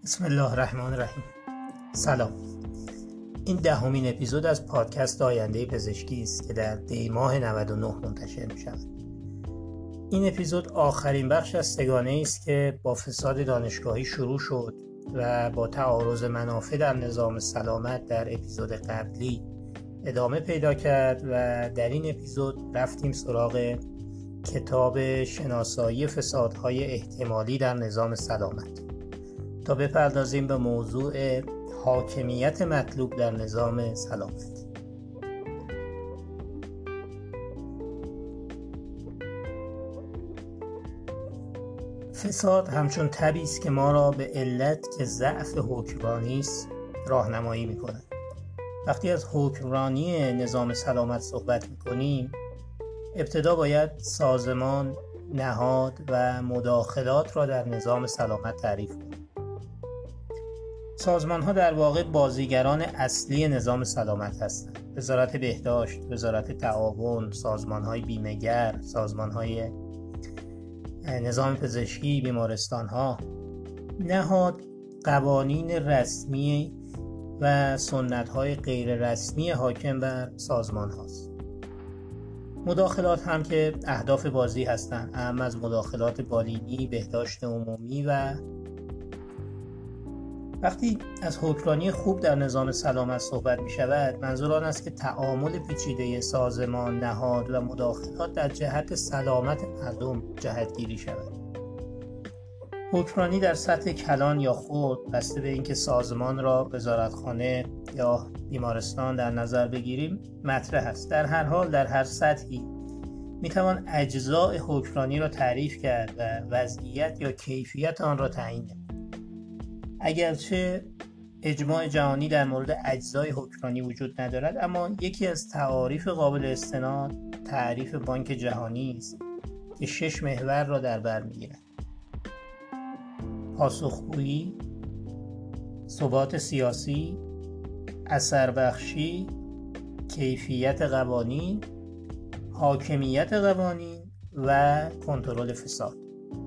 بسم الله الرحمن الرحیم. سلام. این 10مین اپیزود از پادکست آینده پزشکی است که در دی ماه 99 منتشر می شود. این اپیزود آخرین بخش از سگانه‌ای است که با فساد دانشگاهی شروع شد و با تعارض منافع در نظام سلامت در اپیزود قبلی ادامه پیدا کرد و در این اپیزود رفتیم سراغ کتاب شناسایی فسادهای احتمالی در نظام سلامت تا بپردازیم به موضوع حاکمیت مطلوب در نظام سلامت. فساد همچون تبی است که ما را به علت که ضعف حکمرانی است راهنمایی می‌کند. وقتی از حکمرانی نظام سلامت صحبت می‌کنیم، ابتدا باید سازمان، نهاد و مداخلات را در نظام سلامت تعریف کنیم. سازمان‌ها در واقع بازیگران اصلی نظام سلامت هستند. وزارت بهداشت، وزارت تعاون، سازمان‌های بیمه‌گر، سازمان‌های نظام پزشکی، بیمارستان‌ها. نهاد قوانین رسمی و سنت‌های غیر رسمی حاکم بر سازمان‌هاست. مداخلات هم که اهداف بازی هستند، اهم از مداخلات بالینی، بهداشت عمومی و وقتی از حکمرانی خوب در نظام سلامت صحبت می شود، منظور آن است که تعامل پیچیده سازمان، نهاد و مداخلات در جهت سلامت مردم جهتگیری شود. حکمرانی در سطح کلان یا خرد، بسته به اینکه سازمان را وزارتخانه یا بیمارستان در نظر بگیریم، مطرح است. در هر حال در هر سطحی می توان اجزای حکمرانی را تعریف کرد و وضعیت یا کیفیت آن را تعیین نمود. اگرچه اجماع جهانی در مورد اجزای حکمرانی وجود ندارد، اما یکی از تعاریف قابل استناد تعریف بانک جهانی است که 6 محور را در بر می‌گیرد: پاسخگویی، ثبات سیاسی، اثربخشی، کیفیت قوانین، حاکمیت قوانین و کنترل فساد.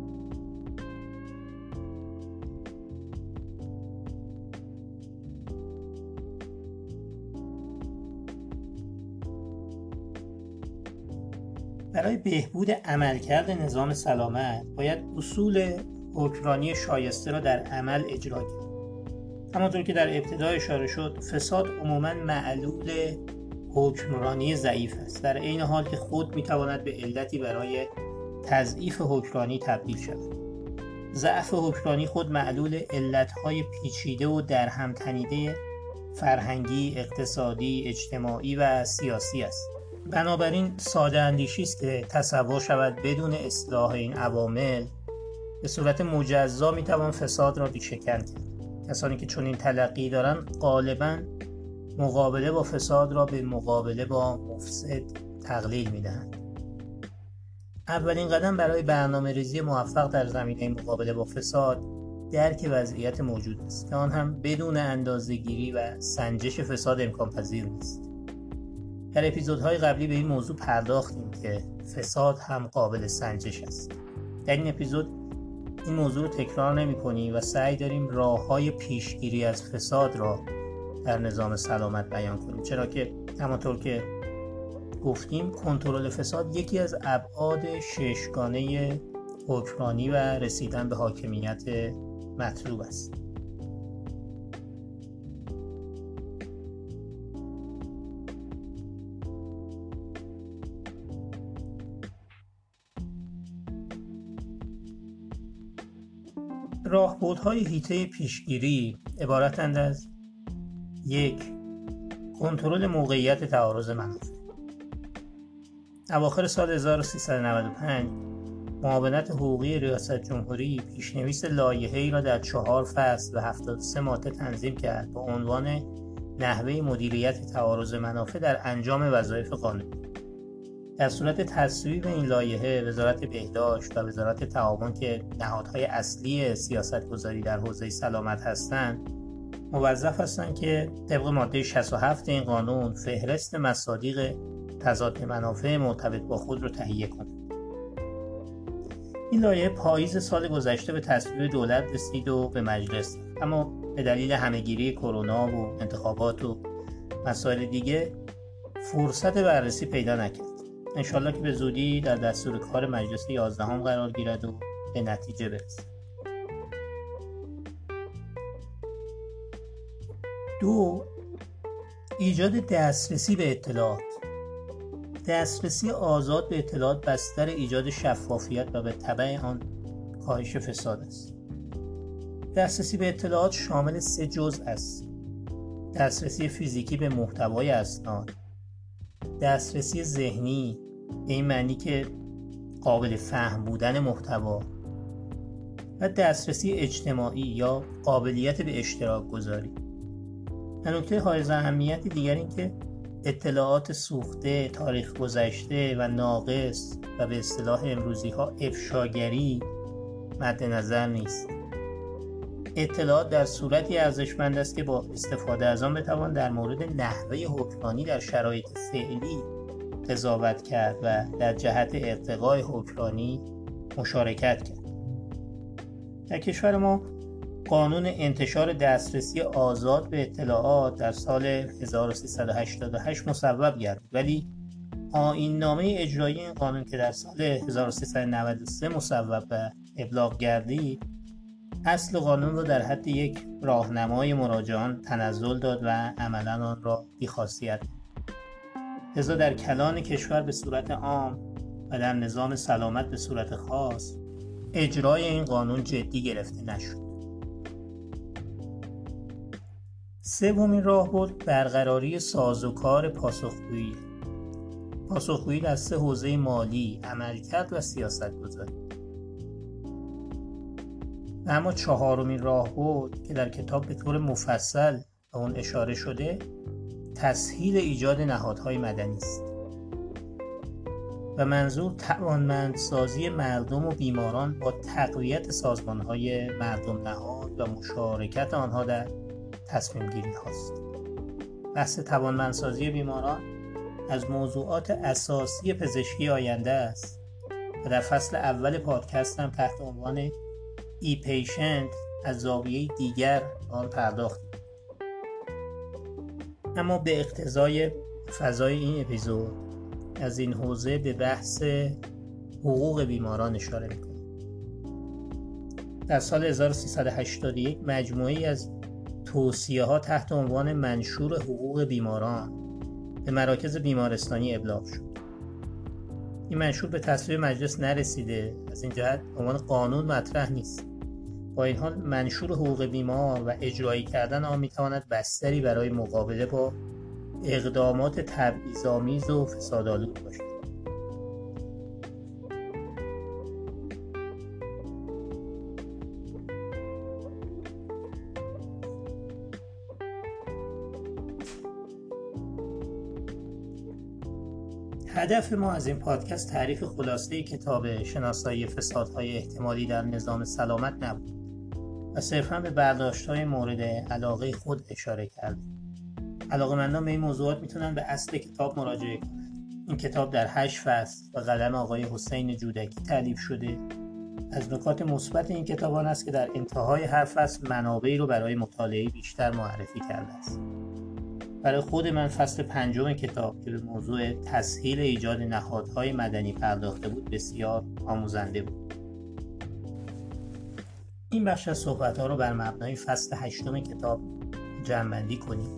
برای بهبود عملکرد نظام سلامت باید اصول حکمرانی شایسته را در عمل اجرا کرد. همانطور که در ابتدا اشاره شد، فساد عموماً معلول حکمرانی ضعیف است، در عین حال که خود میتواند به علتی برای تضعیف حکمرانی تبدیل شود. ضعف حکمرانی خود معلول علتهای پیچیده و در هم تنیده فرهنگی، اقتصادی، اجتماعی و سیاسی است. بنابراین ساده اندیشی است که تصور شود بدون اصلاح این عوامل به صورت مجزا میتوان فساد را ریشه‌کن کرد. کسانی که چنین تلقی دارند غالباً مقابله با فساد را به مقابله با مفسد تقلیل میدهند. اولین قدم برای برنامه‌ریزی موفق در زمینه مقابله با فساد درک وضعیت موجود است که آن هم بدون اندازه‌گیری و سنجش فساد امکان پذیر نیست. در اپیزودهای قبلی به این موضوع پرداختیم که فساد هم قابل سنجش است. در این اپیزود این موضوع رو تکرار نمی‌کنیم و سعی داریم راه‌های پیشگیری از فساد را در نظام سلامت بیان کنیم، چرا که همانطور که گفتیم کنترل فساد یکی از ابعاد ششگانه حکمرانی و رسیدن به حاکمیت مطلوب است. راهبردهای حیطه پیشگیری عبارتند از: 1. کنترل موقعیت تعارض منافع. اواخر سال 1395 معاونت حقوقی ریاست جمهوری پیشنویس لایحه‌ای را در 4 فصل و 73 ماده تنظیم کرد با عنوان نحوه مدیریت تعارض منافع در انجام وظایف قانونی. در صورت تصویب این لایحه، وزارت بهداشت و وزارت تعاون که نهادهای اصلی سیاستگذاری در حوزه سلامت هستند، موظف هستند که طبق ماده 67 این قانون فهرست مصادیق تضاد منافع مرتبط با خود را تهیه کنند. این لایحه پاییز سال گذشته به تصویب دولت رسید و به مجلس رفت. اما به دلیل همهگیری کرونا و انتخابات و مسائل دیگه فرصت بررسی پیدا نکرد. انشالله که به زودی در دستور کار مجلس 11 قرار گیرد و به نتیجه برسد. 2. ایجاد دسترسی به اطلاعات. دسترسی آزاد به اطلاعات بستر ایجاد شفافیت و به تبع آن کاهش فساد است. دسترسی به اطلاعات شامل 3 جزء است: دسترسی فیزیکی به محتوای اسناد، دسترسی ذهنی به این معنی که قابل فهم بودن محتوا، و دسترسی اجتماعی یا قابلیت به اشتراک گذاری. و نکته حائز اهمیت دیگر این که اطلاعات سوخته، تاریخ گذشته و ناقص و به اصطلاح امروزی ها افشاگری مد نظر نیست. اطلاعات در صورتی ارزشمند است که با استفاده از آن بتوان در مورد نحوه حکمرانی در شرایط فعلی قضاوت کرد و در جهت ارتقای حکمرانی مشارکت کرد. در کشور ما قانون انتشار دسترسی آزاد به اطلاعات در سال 1388 مصوب گردید، ولی آیین‌نامه اجرایی این قانون که در سال 1393 مصوب و ابلاغ گردید اصل قانون را در حد یک راهنمای مراجعان تنزل داد و عملاً آن را بی‌خاصیت. لذا در کلان کشور به صورت عام و در نظام سلامت به صورت خاص اجرای این قانون جدی گرفته نشد. 3 راهبرد برقراری سازوکار پاسخگویی. پاسخگویی در 3 حوزه مالی، عملکرد و سیاست‌گذاری. اما 4 راهبرد که در کتاب به طور مفصل به اون اشاره شده، تسهیل ایجاد نهادهای مدنی است و منظور توانمندسازی مردم و بیماران با تقویت سازمانهای مردم نهاد و مشارکت آنها در تصمیم گیری هاست. بحث توانمندسازی بیماران از موضوعات اساسی پزشکی آینده است و در فصل اول پادکست هم تحت عنوان ای-پیشنت از زاویه دیگر آن پرداخت. اما به اقتضای فضای این اپیزود از این حوزه به بحث حقوق بیماران اشاره می‌کنم. در سال 1381 مجموعه‌ای از توصیه‌ها تحت عنوان منشور حقوق بیماران به مراکز بیمارستانی ابلاغ شد. این منشور به تصویب مجلس نرسیده، از این جهت عنوان قانون مطرح نیست. با این حال منشور حقوق بیمار و اجرایی کردن آن میتواند بستری برای مقابله با اقدامات تبعیض‌آمیز و فسادآلود باشد. هدف ما از این پادکست تعریف خلاصه کتاب شناسایی فسادهای احتمالی در نظام سلامت نبود و صرفاً به برداشت‌های مورد علاقه خود اشاره کردیم. علاقه‌مندان به این موضوعات میتونن به اصل کتاب مراجعه کنند. این کتاب در 8 فصل و قلم آقای حسین جودکی تالیف شده. از نکات مثبت این کتاب آن است که در انتهای هر فصل منابعی رو برای مطالعه بیشتر معرفی کرده است. برای خود من فصل 5 کتاب که به موضوع تسهیل ایجاد نهادهای مدنی پرداخته بود بسیار آموزنده بود. این بخش از صحبت‌ها رو بر مبنای فصل 8 کتاب جمع‌بندی کنیم.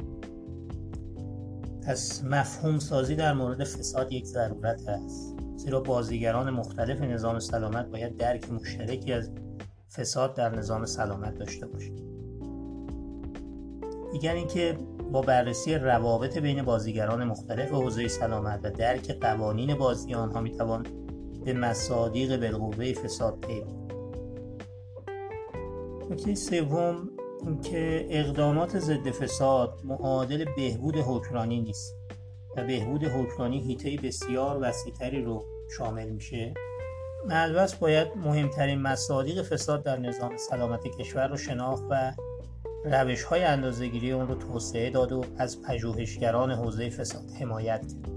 پس مفهوم سازی در مورد فساد یک ضرورت است، زیرا بازیگران مختلف نظام سلامت باید درک مشترکی از فساد در نظام سلامت داشته باشند. دیگر اینکه با بررسی روابط بین بازیگران مختلف حوزه سلامت و درک قوانین بازی آنها میتوان به مصادیق بالقوه فساد پی برد. نکته سوم اینکه اقدامات ضد فساد معادل بهبود حکمرانی نیست و بهبود حکمرانی حیطه‌ای بسیار وسیع‌تری رو شامل میشه. البته باید مهمترین مصادیق فساد در نظام سلامت کشور رو شناخت و روش‌های اندازه‌گیری اون رو توسعه داد و از پژوهشگران حوزه فساد حمایت کرد.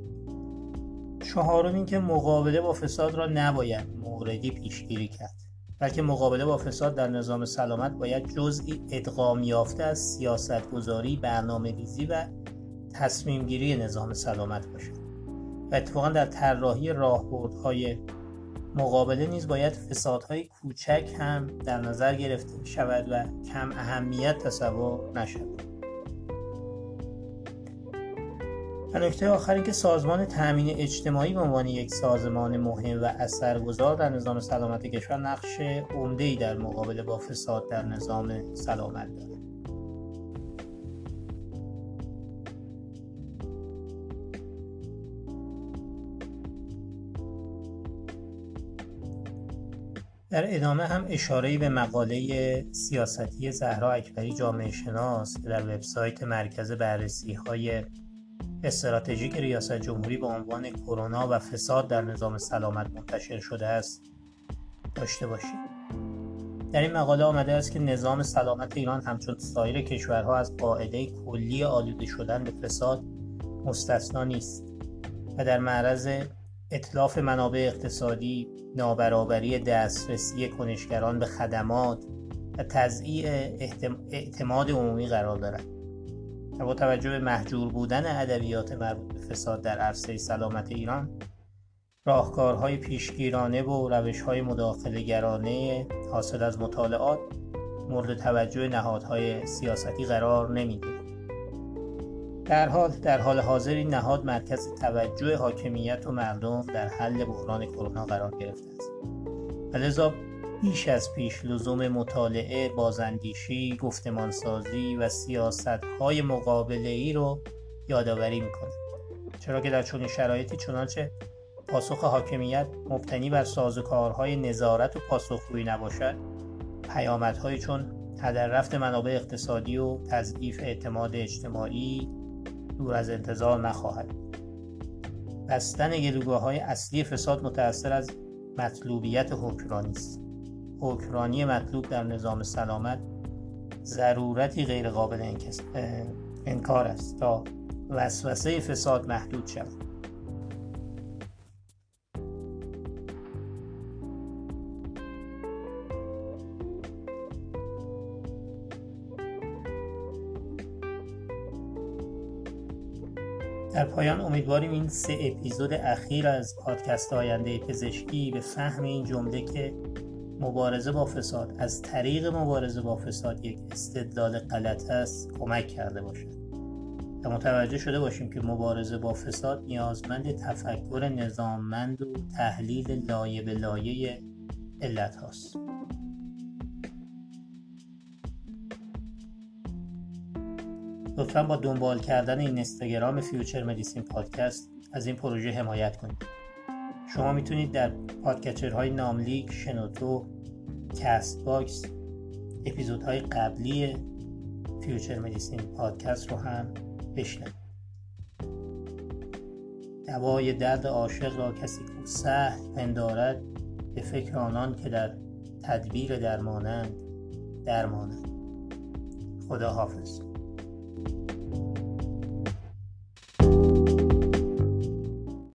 4 اینکه مقابله با فساد را نباید موردی پیشگیری کرد. بلکه مقابله با فساد در نظام سلامت باید جزئی ادغام یافته از سیاست‌گذاری، برنامه‌ریزی و تصمیم‌گیری نظام سلامت باشد. و اتفاقا در طراحی راهبردهای مقابله نیز باید فسادهای کوچک هم در نظر گرفته شود و کم اهمیت تصور نشود. و نکته آخر این که سازمان تأمین اجتماعی به عنوان یک سازمان مهم و اثرگذار در نظام سلامت کشور نقش عمده‌ای در مقابله با فساد در نظام سلامت دارد. در ادامه هم اشاره‌ای به مقاله سیاستی زهرا اکبری جامعه شناس که در وبسایت مرکز بررسی‌های استراتژیک ریاست جمهوری با عنوان کرونا و فساد در نظام سلامت منتشر شده است داشته باشید. در این مقاله آمده است که نظام سلامت ایران همچون سایر کشورها از قاعده کلی آلوده شدن به فساد مستثنا نیست و در معرض اتلاف منابع اقتصادی، نابرابری دسترسی کنشگران به خدمات و تضییع اعتماد عمومی قرار دارد. و با توجه به محجور بودن ادبیات مربوط به فساد در عرصه سلامت ایران، راهکارهای پیشگیرانه و روش‌های مداخله‌گرانه حاصل از مطالعات مورد توجه نهادهای سیاستی قرار نمی‌گیرد. در حال حاضر این نهاد مرکز توجه حاکمیت و مردم در حل بحران کرونا قرار گرفته است. و لذا بیش از پیش لزوم مطالعه، بازاندیشی، گفتمانسازی و سیاست‌های مقابله‌ای رو یادآوری می‌کند. چرا که در چنین شرایطی چنانچه پاسخ حاکمیت مبتنی بر سازوکارهای نظارت و پاسخگویی نباشد، پیامدهایی چون هدر رفت منابع اقتصادی و تضعیف اعتماد اجتماعی دور از انتظار نخواهد. بستن گلوگاه‌های اصلی فساد متأثر از مطلوبیت حکمرانی است. حکمرانی مطلوب در نظام سلامت ضرورتی غیر قابل انکار است تا وسوسه فساد محدود شود. در پایان امیدواریم این 3 اپیزود اخیر از پادکست آینده پزشکی به فهم این جمله که مبارزه با فساد از طریق مبارزه با فساد یک استدلال غلط است کمک کرده باشد و متوجه شده باشیم که مبارزه با فساد نیازمند تفکر نظاممند و تحلیل لایه به لایه علت هاست. لطفاً با دنبال کردن این اینستاگرام فیوچر مدیسین پادکست از این پروژه حمایت کنید. شما میتونید در پادکچرهای ناملیک، شنوتو، کست باکس اپیزودهای قبلی فیوچر مدیسین پادکست رو هم بشنوید. دوای درد عاشق را کسی کو سهل پندارد، به فکر آنان که در تدبیر درمانند. خدا حافظ.